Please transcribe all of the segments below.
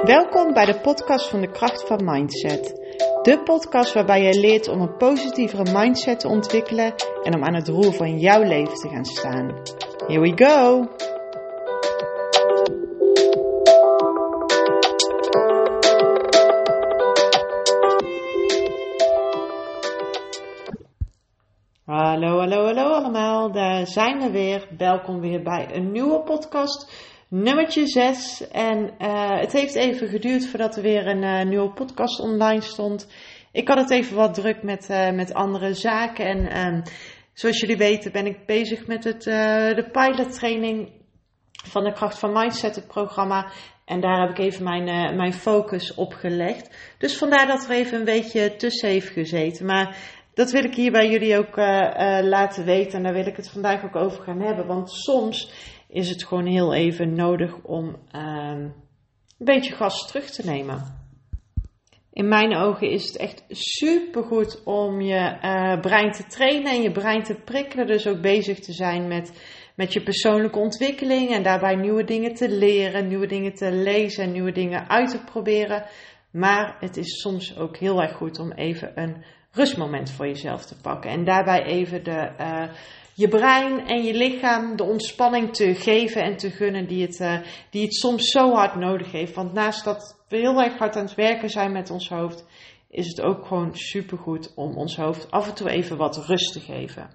Welkom bij de podcast van de Kracht van Mindset. De podcast waarbij je leert om een positievere mindset te ontwikkelen en om aan het roer van jouw leven te gaan staan. Here we go! Hallo allemaal, daar zijn we weer. Welkom weer bij een nieuwe podcast. Nummertje 6 en het heeft even geduurd voordat er weer een nieuwe podcast online stond. Ik had het even wat druk met andere zaken en zoals jullie weten ben ik bezig met de pilottraining van de Kracht van Mindset, het programma. En daar heb ik even mijn focus op gelegd. Dus vandaar dat er even een beetje tussen heeft gezeten. Maar dat wil ik hier bij jullie ook laten weten en daar wil ik het vandaag ook over gaan hebben. Want soms is het gewoon heel even nodig om een beetje gas terug te nemen. In mijn ogen is het echt supergoed om je brein te trainen en je brein te prikkelen. Dus ook bezig te zijn met je persoonlijke ontwikkeling en daarbij nieuwe dingen te leren, nieuwe dingen te lezen en nieuwe dingen uit te proberen. Maar het is soms ook heel erg goed om even een rustmoment voor jezelf te pakken. En daarbij even je brein en je lichaam de ontspanning te geven en te gunnen die het soms zo hard nodig heeft. Want naast dat we heel erg hard aan het werken zijn met ons hoofd, is het ook gewoon supergoed om ons hoofd af en toe even wat rust te geven.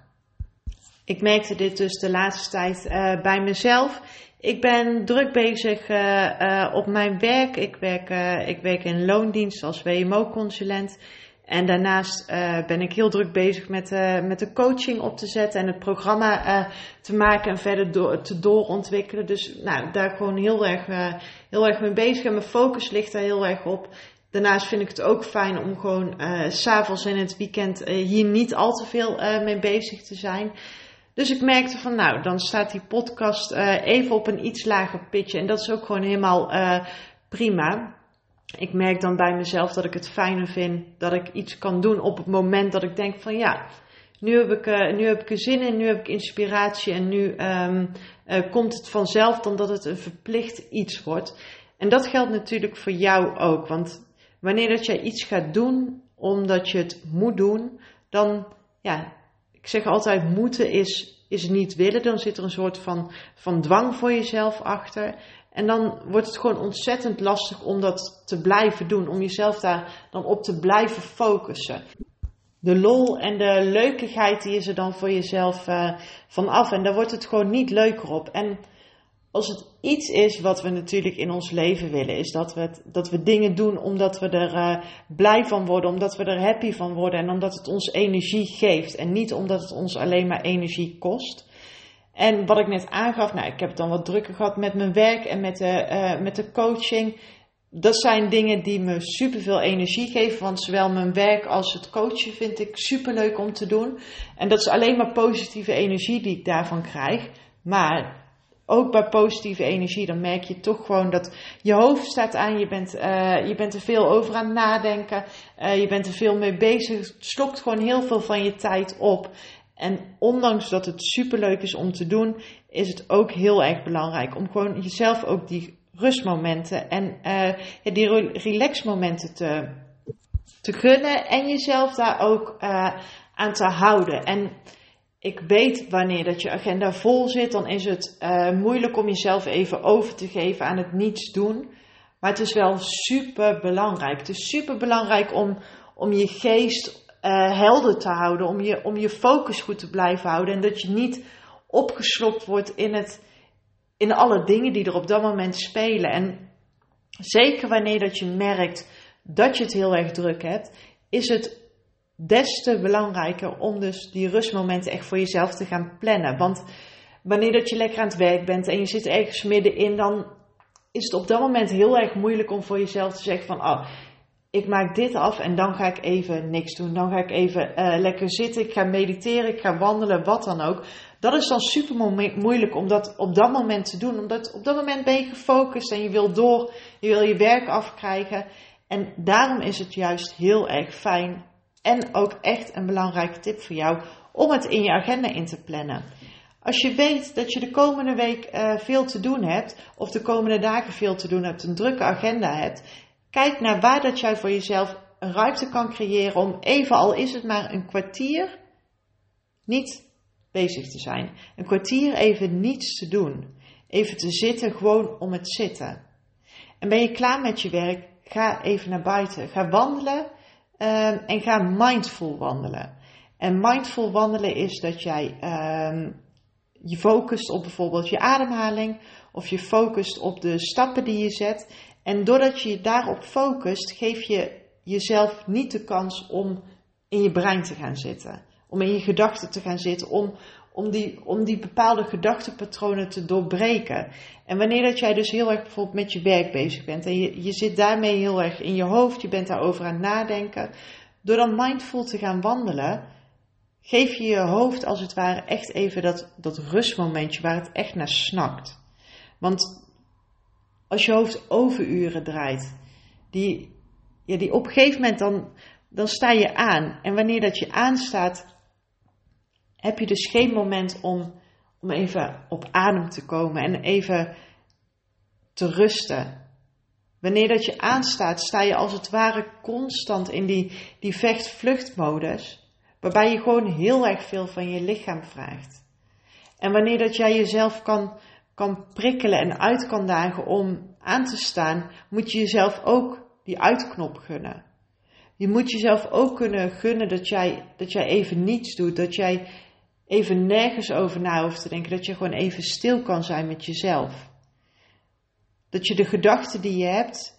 Ik merkte dit dus de laatste tijd bij mezelf. Ik ben druk bezig op mijn werk. Ik werk in loondienst als WMO-consulent. En daarnaast ben ik heel druk bezig met de coaching op te zetten en het programma te maken en verder te doorontwikkelen. Dus daar gewoon heel erg mee bezig en mijn focus ligt daar heel erg op. Daarnaast vind ik het ook fijn om gewoon 's avonds in het weekend hier niet al te veel mee bezig te zijn. Dus ik merkte van dan staat die podcast even op een iets lager pitje en dat is ook gewoon helemaal prima. Ik merk dan bij mezelf dat ik het fijner vind dat ik iets kan doen op het moment dat ik denk van nu heb ik er zin in, nu heb ik inspiratie en nu komt het vanzelf dan dat het een verplicht iets wordt. En dat geldt natuurlijk voor jou ook, want wanneer dat jij iets gaat doen omdat je het moet doen, dan ik zeg altijd moeten is niet willen, dan zit er een soort van dwang voor jezelf achter. En dan wordt het gewoon ontzettend lastig om dat te blijven doen. Om jezelf daar dan op te blijven focussen. De lol en de leukigheid die is er dan voor jezelf vanaf. En daar wordt het gewoon niet leuker op. En als het iets is wat we natuurlijk in ons leven willen. Is dat we dingen doen omdat we er blij van worden. Omdat we er happy van worden. En omdat het ons energie geeft. En niet omdat het ons alleen maar energie kost. En wat ik net aangaf, ik heb het dan wat drukker gehad met mijn werk en met de coaching. Dat zijn dingen die me superveel energie geven. Want zowel mijn werk als het coachen vind ik superleuk om te doen. En dat is alleen maar positieve energie die ik daarvan krijg. Maar ook bij positieve energie, dan merk je toch gewoon dat je hoofd staat aan. Je bent er veel over aan het nadenken. Je bent er veel mee bezig. Het slokt gewoon heel veel van je tijd op. En ondanks dat het superleuk is om te doen, is het ook heel erg belangrijk om gewoon jezelf ook die rustmomenten en die relaxmomenten te gunnen en jezelf daar ook aan te houden. En ik weet wanneer dat je agenda vol zit, dan is het moeilijk om jezelf even over te geven aan het niets doen. Maar het is wel super belangrijk. Het is super belangrijk om je geest helder te houden, om je focus goed te blijven houden en dat je niet opgeslokt wordt in alle dingen die er op dat moment spelen. En zeker wanneer dat je merkt dat je het heel erg druk hebt, is het des te belangrijker om dus die rustmomenten echt voor jezelf te gaan plannen. Want wanneer dat je lekker aan het werk bent en je zit ergens middenin, dan is het op dat moment heel erg moeilijk om voor jezelf te zeggen van ik maak dit af en dan ga ik even niks doen. Dan ga ik even lekker zitten. Ik ga mediteren, ik ga wandelen, wat dan ook. Dat is dan super moeilijk om dat op dat moment te doen. Omdat op dat moment ben je gefocust en je wil door. Je wil je werk afkrijgen. En daarom is het juist heel erg fijn. En ook echt een belangrijke tip voor jou om het in je agenda in te plannen. Als je weet dat je de komende week veel te doen hebt, of de komende dagen veel te doen hebt, een drukke agenda hebt, kijk naar waar dat jij voor jezelf een ruimte kan creëren om even, al is het maar een kwartier, niet bezig te zijn. Een kwartier even niets te doen. Even te zitten, gewoon om het zitten. En ben je klaar met je werk, ga even naar buiten. Ga wandelen en ga mindful wandelen. En mindful wandelen is dat jij je focust op bijvoorbeeld je ademhaling of je focust op de stappen die je zet. En doordat je je daarop focust, geef je jezelf niet de kans om in je brein te gaan zitten. Om in je gedachten te gaan zitten, om die bepaalde gedachtenpatronen te doorbreken. En wanneer dat jij dus heel erg bijvoorbeeld met je werk bezig bent en je zit daarmee heel erg in je hoofd, je bent daarover aan het nadenken. Door dan mindful te gaan wandelen, geef je je hoofd als het ware echt even dat rustmomentje waar het echt naar snakt. Want als je hoofd overuren draait, die op een gegeven moment dan sta je aan. En wanneer dat je aanstaat, heb je dus geen moment om even op adem te komen en even te rusten. Wanneer dat je aanstaat, sta je als het ware constant in die vecht-vluchtmodus, waarbij je gewoon heel erg veel van je lichaam vraagt. En wanneer dat jij jezelf kan prikkelen en uit kan dagen om aan te staan, moet je jezelf ook die uitknop gunnen. Je moet jezelf ook kunnen gunnen dat jij even niets doet, dat jij even nergens over na hoeft te denken, dat je gewoon even stil kan zijn met jezelf. Dat je de gedachten die je hebt,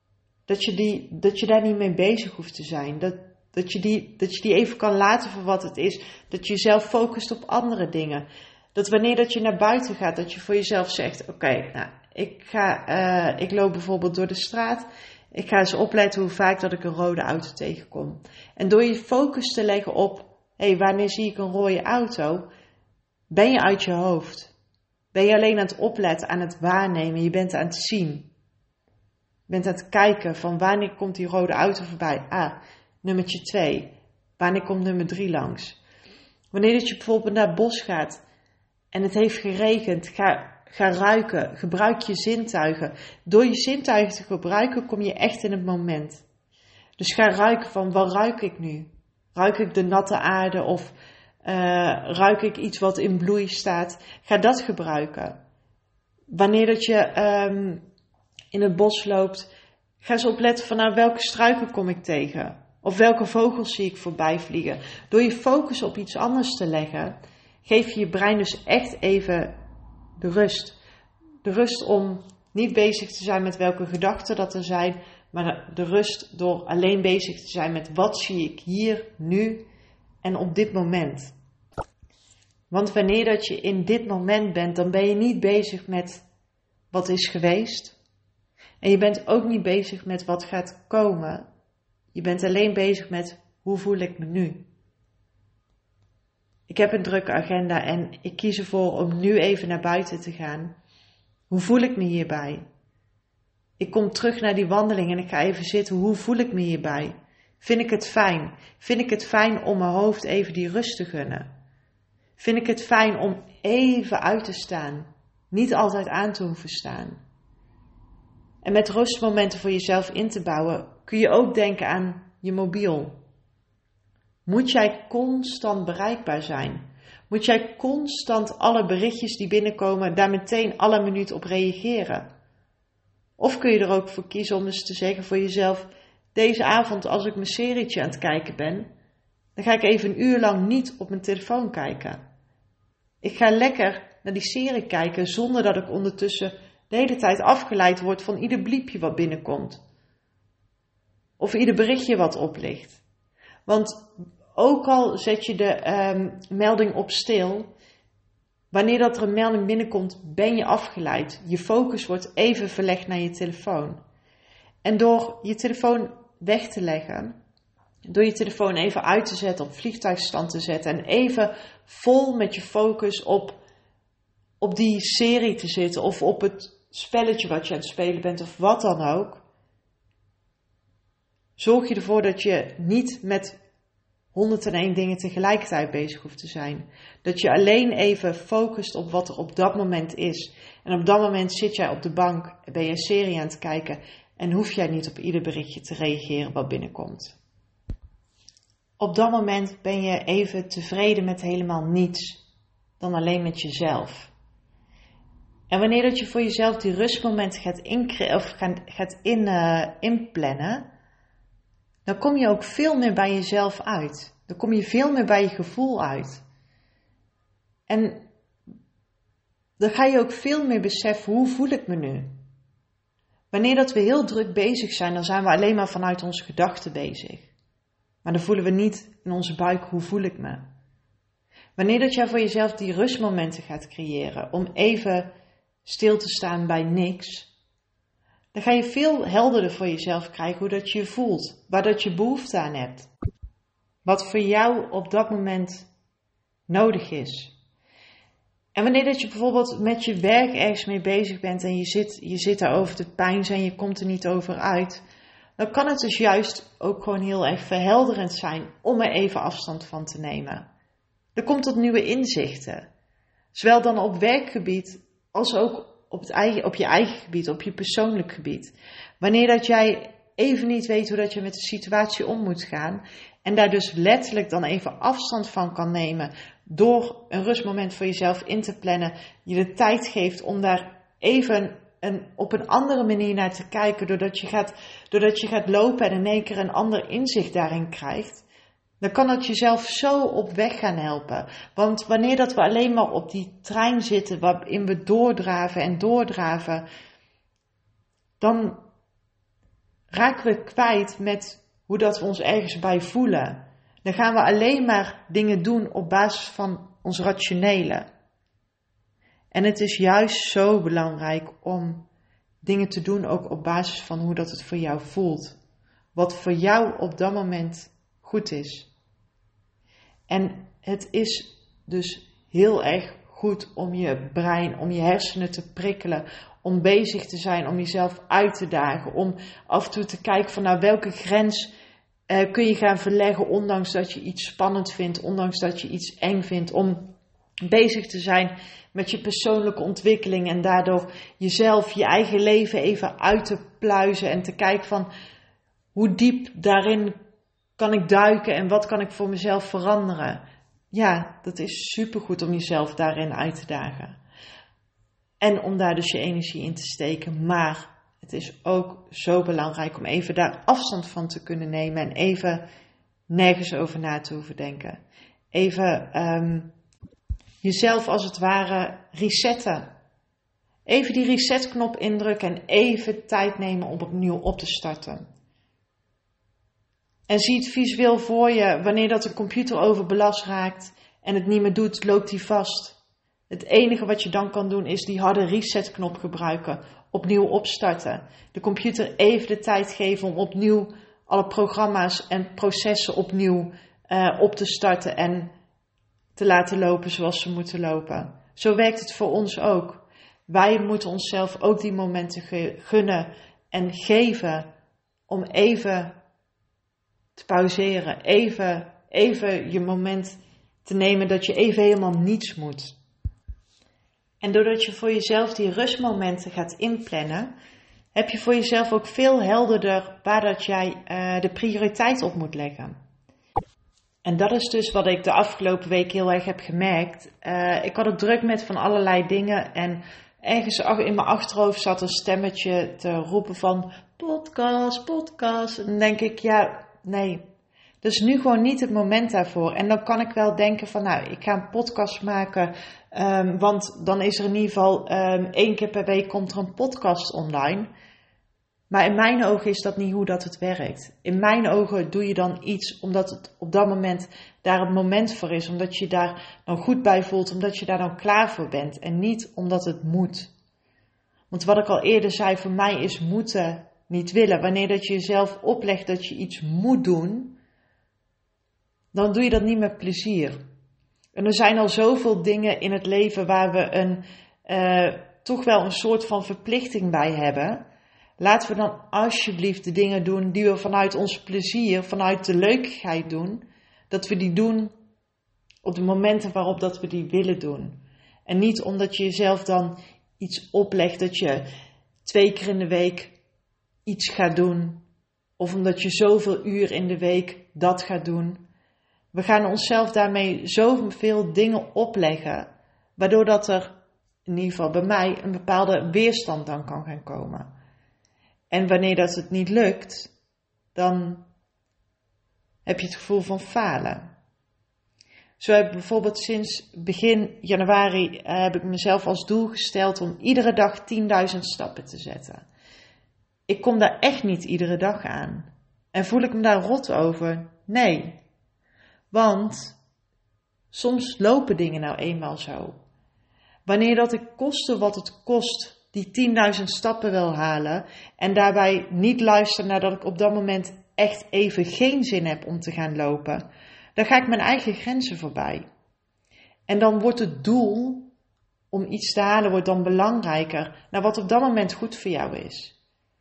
dat je daar niet mee bezig hoeft te zijn. Dat je die even kan laten voor wat het is. Dat je jezelf focust op andere dingen. Dat wanneer dat je naar buiten gaat, dat je voor jezelf zegt, oké, nou, ik loop bijvoorbeeld door de straat. Ik ga eens opletten hoe vaak dat ik een rode auto tegenkom. En door je focus te leggen op, wanneer zie ik een rode auto, ben je uit je hoofd. Ben je alleen aan het opletten, aan het waarnemen. Je bent aan het zien. Je bent aan het kijken van wanneer komt die rode auto voorbij. Nummertje 2. Wanneer komt nummer 3 langs. Wanneer dat je bijvoorbeeld naar het bos gaat en het heeft geregend, ga ruiken. Gebruik je zintuigen. Door je zintuigen te gebruiken kom je echt in het moment. Dus ga ruiken van, wat ruik ik nu? Ruik ik de natte aarde of ruik ik iets wat in bloei staat? Ga dat gebruiken. Wanneer dat je in het bos loopt, ga eens opletten van welke struiken kom ik tegen? Of welke vogels zie ik voorbij vliegen? Door je focus op iets anders te leggen, geef je je brein dus echt even de rust. De rust om niet bezig te zijn met welke gedachten dat er zijn, maar de rust door alleen bezig te zijn met wat zie ik hier, nu en op dit moment. Want wanneer dat je in dit moment bent, dan ben je niet bezig met wat is geweest. En je bent ook niet bezig met wat gaat komen. Je bent alleen bezig met hoe voel ik me nu. Ik heb een drukke agenda en ik kies ervoor om nu even naar buiten te gaan. Hoe voel ik me hierbij? Ik kom terug naar die wandeling en ik ga even zitten. Hoe voel ik me hierbij? Vind ik het fijn? Vind ik het fijn om mijn hoofd even die rust te gunnen? Vind ik het fijn om even uit te staan? Niet altijd aan te hoeven staan. En met rustmomenten voor jezelf in te bouwen, kun je ook denken aan je mobiel. Moet jij constant bereikbaar zijn? Moet jij constant alle berichtjes die binnenkomen, daar meteen alle minuut op reageren? Of kun je er ook voor kiezen om eens te zeggen voor jezelf, deze avond als ik mijn serietje aan het kijken ben, dan ga ik even een uur lang niet op mijn telefoon kijken. Ik ga lekker naar die serie kijken zonder dat ik ondertussen de hele tijd afgeleid word van ieder bliepje wat binnenkomt. Of ieder berichtje wat oplicht. Want ook al zet je de melding op stil, wanneer dat er een melding binnenkomt, ben je afgeleid. Je focus wordt even verlegd naar je telefoon. En door je telefoon weg te leggen, door je telefoon even uit te zetten, op vliegtuigstand te zetten en even vol met je focus op die serie te zitten of op het spelletje wat je aan het spelen bent of wat dan ook, zorg je ervoor dat je niet met 101 dingen tegelijkertijd bezig hoeft te zijn. Dat je alleen even focust op wat er op dat moment is. En op dat moment zit jij op de bank, ben je een serie aan het kijken en hoef jij niet op ieder berichtje te reageren wat binnenkomt. Op dat moment ben je even tevreden met helemaal niets dan alleen met jezelf. En wanneer dat je voor jezelf die rustmomenten gaat inplannen, dan kom je ook veel meer bij jezelf uit. Dan kom je veel meer bij je gevoel uit. En dan ga je ook veel meer beseffen, hoe voel ik me nu? Wanneer dat we heel druk bezig zijn, dan zijn we alleen maar vanuit onze gedachten bezig. Maar dan voelen we niet in onze buik, hoe voel ik me? Wanneer dat jij voor jezelf die rustmomenten gaat creëren, om even stil te staan bij niks, dan ga je veel helderder voor jezelf krijgen hoe dat je voelt, waar dat je behoefte aan hebt. Wat voor jou op dat moment nodig is. En wanneer dat je bijvoorbeeld met je werk ergens mee bezig bent en je zit daarover te peinzen en je komt er niet over uit, dan kan het dus juist ook gewoon heel erg verhelderend zijn om er even afstand van te nemen. Er komt tot nieuwe inzichten. Zowel dan op werkgebied als ook op je eigen gebied, op je persoonlijk gebied. Wanneer dat jij even niet weet hoe dat je met de situatie om moet gaan en daar dus letterlijk dan even afstand van kan nemen door een rustmoment voor jezelf in te plannen, je de tijd geeft om daar even op een andere manier naar te kijken, doordat je gaat lopen en in één keer een ander inzicht daarin krijgt, dan kan dat jezelf zo op weg gaan helpen. Want wanneer dat we alleen maar op die trein zitten waarin we doordraven, dan raken we kwijt met hoe dat we ons ergens bij voelen. Dan gaan we alleen maar dingen doen op basis van ons rationele. En het is juist zo belangrijk om dingen te doen ook op basis van hoe dat het voor jou voelt. Wat voor jou op dat moment goed is. En het is dus heel erg goed om je brein, om je hersenen te prikkelen, om bezig te zijn, om jezelf uit te dagen, om af en toe te kijken van welke grens kun je gaan verleggen, ondanks dat je iets spannend vindt, ondanks dat je iets eng vindt, om bezig te zijn met je persoonlijke ontwikkeling en daardoor jezelf, je eigen leven even uit te pluizen en te kijken van hoe diep daarin kan ik duiken en wat kan ik voor mezelf veranderen. Ja, dat is supergoed om jezelf daarin uit te dagen. En om daar dus je energie in te steken. Maar het is ook zo belangrijk om even daar afstand van te kunnen nemen en even nergens over na te hoeven denken. Even jezelf als het ware resetten. Even die resetknop indrukken en even tijd nemen om opnieuw op te starten. En zie het visueel voor je, wanneer dat de computer overbelast raakt en het niet meer doet, loopt die vast. Het enige wat je dan kan doen is die harde resetknop gebruiken, opnieuw opstarten. De computer even de tijd geven om opnieuw alle programma's en processen opnieuw op te starten en te laten lopen zoals ze moeten lopen. Zo werkt het voor ons ook. Wij moeten onszelf ook die momenten gunnen en geven om even te pauzeren, even je moment te nemen dat je even helemaal niets moet. En doordat je voor jezelf die rustmomenten gaat inplannen, heb je voor jezelf ook veel helderder waar dat jij de prioriteit op moet leggen. En dat is dus wat ik de afgelopen week heel erg heb gemerkt. Ik had het druk met van allerlei dingen en ergens in mijn achterhoofd zat een stemmetje te roepen van podcast. En dan denk ik, ja, nee, dat is nu gewoon niet het moment daarvoor. En dan kan ik wel denken van, ik ga een podcast maken, want dan is er in ieder geval 1 keer per week komt er een podcast online. Maar in mijn ogen is dat niet hoe dat het werkt. In mijn ogen doe je dan iets omdat het op dat moment daar het moment voor is. Omdat je daar dan goed bij voelt. Omdat je daar dan klaar voor bent. En niet omdat het moet. Want wat ik al eerder zei, voor mij is moeten niet willen. Wanneer dat je jezelf oplegt dat je iets moet doen, dan doe je dat niet met plezier. En er zijn al zoveel dingen in het leven waar we toch wel een soort van verplichting bij hebben. Laten we dan alsjeblieft de dingen doen die we vanuit ons plezier, vanuit de leukigheid doen. dat we die doen op de momenten waarop dat we die willen doen. En niet omdat je jezelf dan iets oplegt dat je 2 keer in de week iets gaat doen. Of omdat je zoveel uur in de week dat gaat doen. We gaan onszelf daarmee zoveel dingen opleggen. Waardoor dat er, in ieder geval bij mij, een bepaalde weerstand dan kan gaan komen. En wanneer dat het niet lukt, dan heb je het gevoel van falen. Zo heb ik bijvoorbeeld sinds begin januari heb ik mezelf als doel gesteld om iedere dag 10.000 stappen te zetten. Ik kom daar echt niet iedere dag aan. En voel ik me daar rot over? Nee. Want soms lopen dingen nou eenmaal zo. Wanneer dat ik koste wat het kost die 10.000 stappen wil halen en daarbij niet luister naar dat ik op dat moment echt even geen zin heb om te gaan lopen, dan ga ik mijn eigen grenzen voorbij. En dan wordt het doel om iets te halen wordt dan belangrijker naar wat op dat moment goed voor jou is.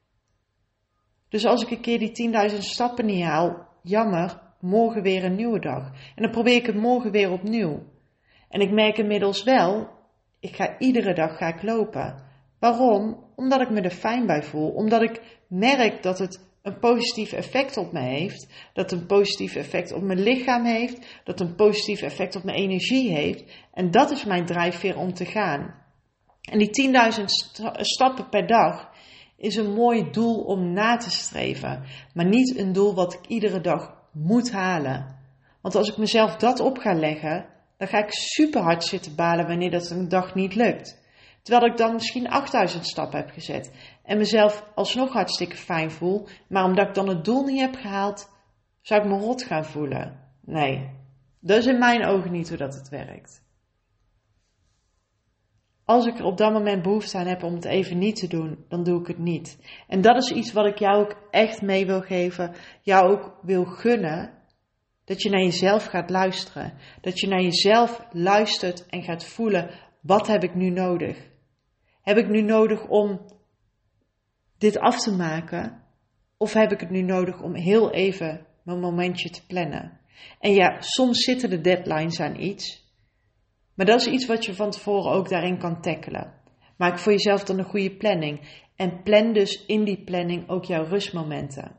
Dus als ik een keer die 10.000 stappen niet haal, jammer, morgen weer een nieuwe dag. En dan probeer ik het morgen weer opnieuw. En ik merk inmiddels wel, iedere dag lopen. Waarom? Omdat ik me er fijn bij voel. Omdat ik merk dat het een positief effect op me heeft. Dat het een positief effect op mijn lichaam heeft. Dat het een positief effect op mijn energie heeft. En dat is mijn drijfveer om te gaan. En die 10.000 stappen per dag is een mooi doel om na te streven. Maar niet een doel wat ik iedere dag moet halen. Want als ik mezelf dat op ga leggen, dan ga ik super hard zitten balen wanneer dat een dag niet lukt. Terwijl ik dan misschien 8.000 stappen heb gezet. En mezelf alsnog hartstikke fijn voel. Maar omdat ik dan het doel niet heb gehaald, zou ik me rot gaan voelen. Nee, dat is in mijn ogen niet hoe dat het werkt. Als ik er op dat moment behoefte aan heb om het even niet te doen, dan doe ik het niet. En dat is iets wat ik jou ook echt mee wil geven. Jou ook wil gunnen. Dat je naar jezelf gaat luisteren. Dat je naar jezelf luistert en gaat voelen. Wat heb ik nu nodig? Heb ik nu nodig om dit af te maken? Of heb ik het nu nodig om heel even mijn momentje te plannen? En ja, soms zitten de deadlines aan iets. Maar dat is iets wat je van tevoren ook daarin kan tackelen. Maak voor jezelf dan een goede planning. En plan dus in die planning ook jouw rustmomenten.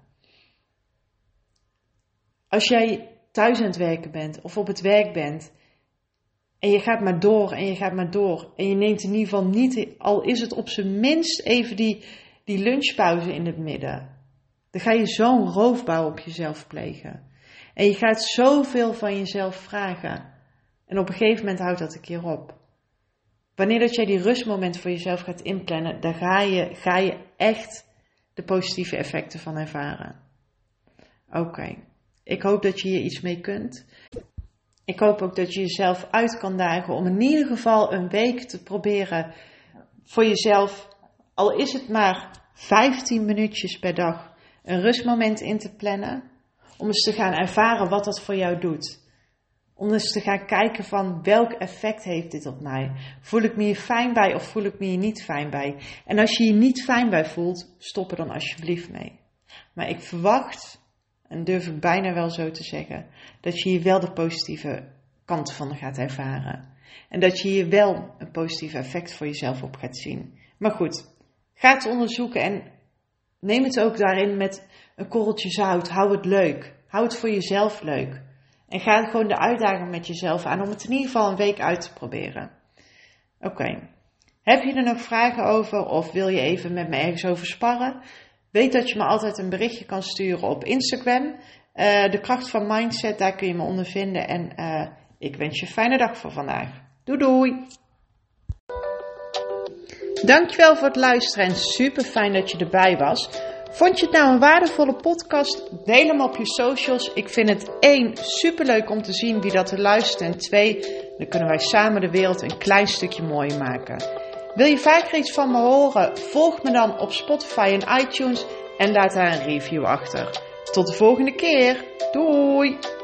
Als jij thuis aan het werken bent of op het werk bent en je gaat maar door en je gaat maar door en je neemt in ieder geval niet, al is het op zijn minst even die lunchpauze in het midden, dan ga je zo'n roofbouw op jezelf plegen. En je gaat zoveel van jezelf vragen. En op een gegeven moment houdt dat een keer op. Wanneer dat jij die rustmomenten voor jezelf gaat inplannen, dan ga je echt de positieve effecten van ervaren. Oké. Ik hoop dat je hier iets mee kunt. Ik hoop ook dat je jezelf uit kan dagen om in ieder geval een week te proberen voor jezelf, al is het maar 15 minuutjes per dag, een rustmoment in te plannen. Om eens te gaan ervaren wat dat voor jou doet. Om eens te gaan kijken van welk effect heeft dit op mij. Voel ik me hier fijn bij of voel ik me hier niet fijn bij? En als je je niet fijn bij voelt, stop er dan alsjeblieft mee. Maar ik verwacht, en durf ik bijna wel zo te zeggen, dat je hier wel de positieve kant van gaat ervaren. En dat je hier wel een positief effect voor jezelf op gaat zien. Maar goed, ga het onderzoeken en neem het ook daarin met een korreltje zout. Hou het leuk. Hou het voor jezelf leuk. En ga gewoon de uitdaging met jezelf aan om het in ieder geval een week uit te proberen. Oké. Heb je er nog vragen over of wil je even met me ergens over sparren? Weet dat je me altijd een berichtje kan sturen op Instagram. De kracht van mindset, daar kun je me onder vinden. En ik wens je een fijne dag voor vandaag. Doei doei! Dankjewel voor het luisteren en super fijn dat je erbij was. Vond je het nou een waardevolle podcast? Deel hem op je socials. Ik vind het 1, superleuk om te zien wie dat er luistert. En 2, dan kunnen wij samen de wereld een klein stukje mooier maken. Wil je vaker iets van me horen? Volg me dan op Spotify en iTunes en laat daar een review achter. Tot de volgende keer. Doei!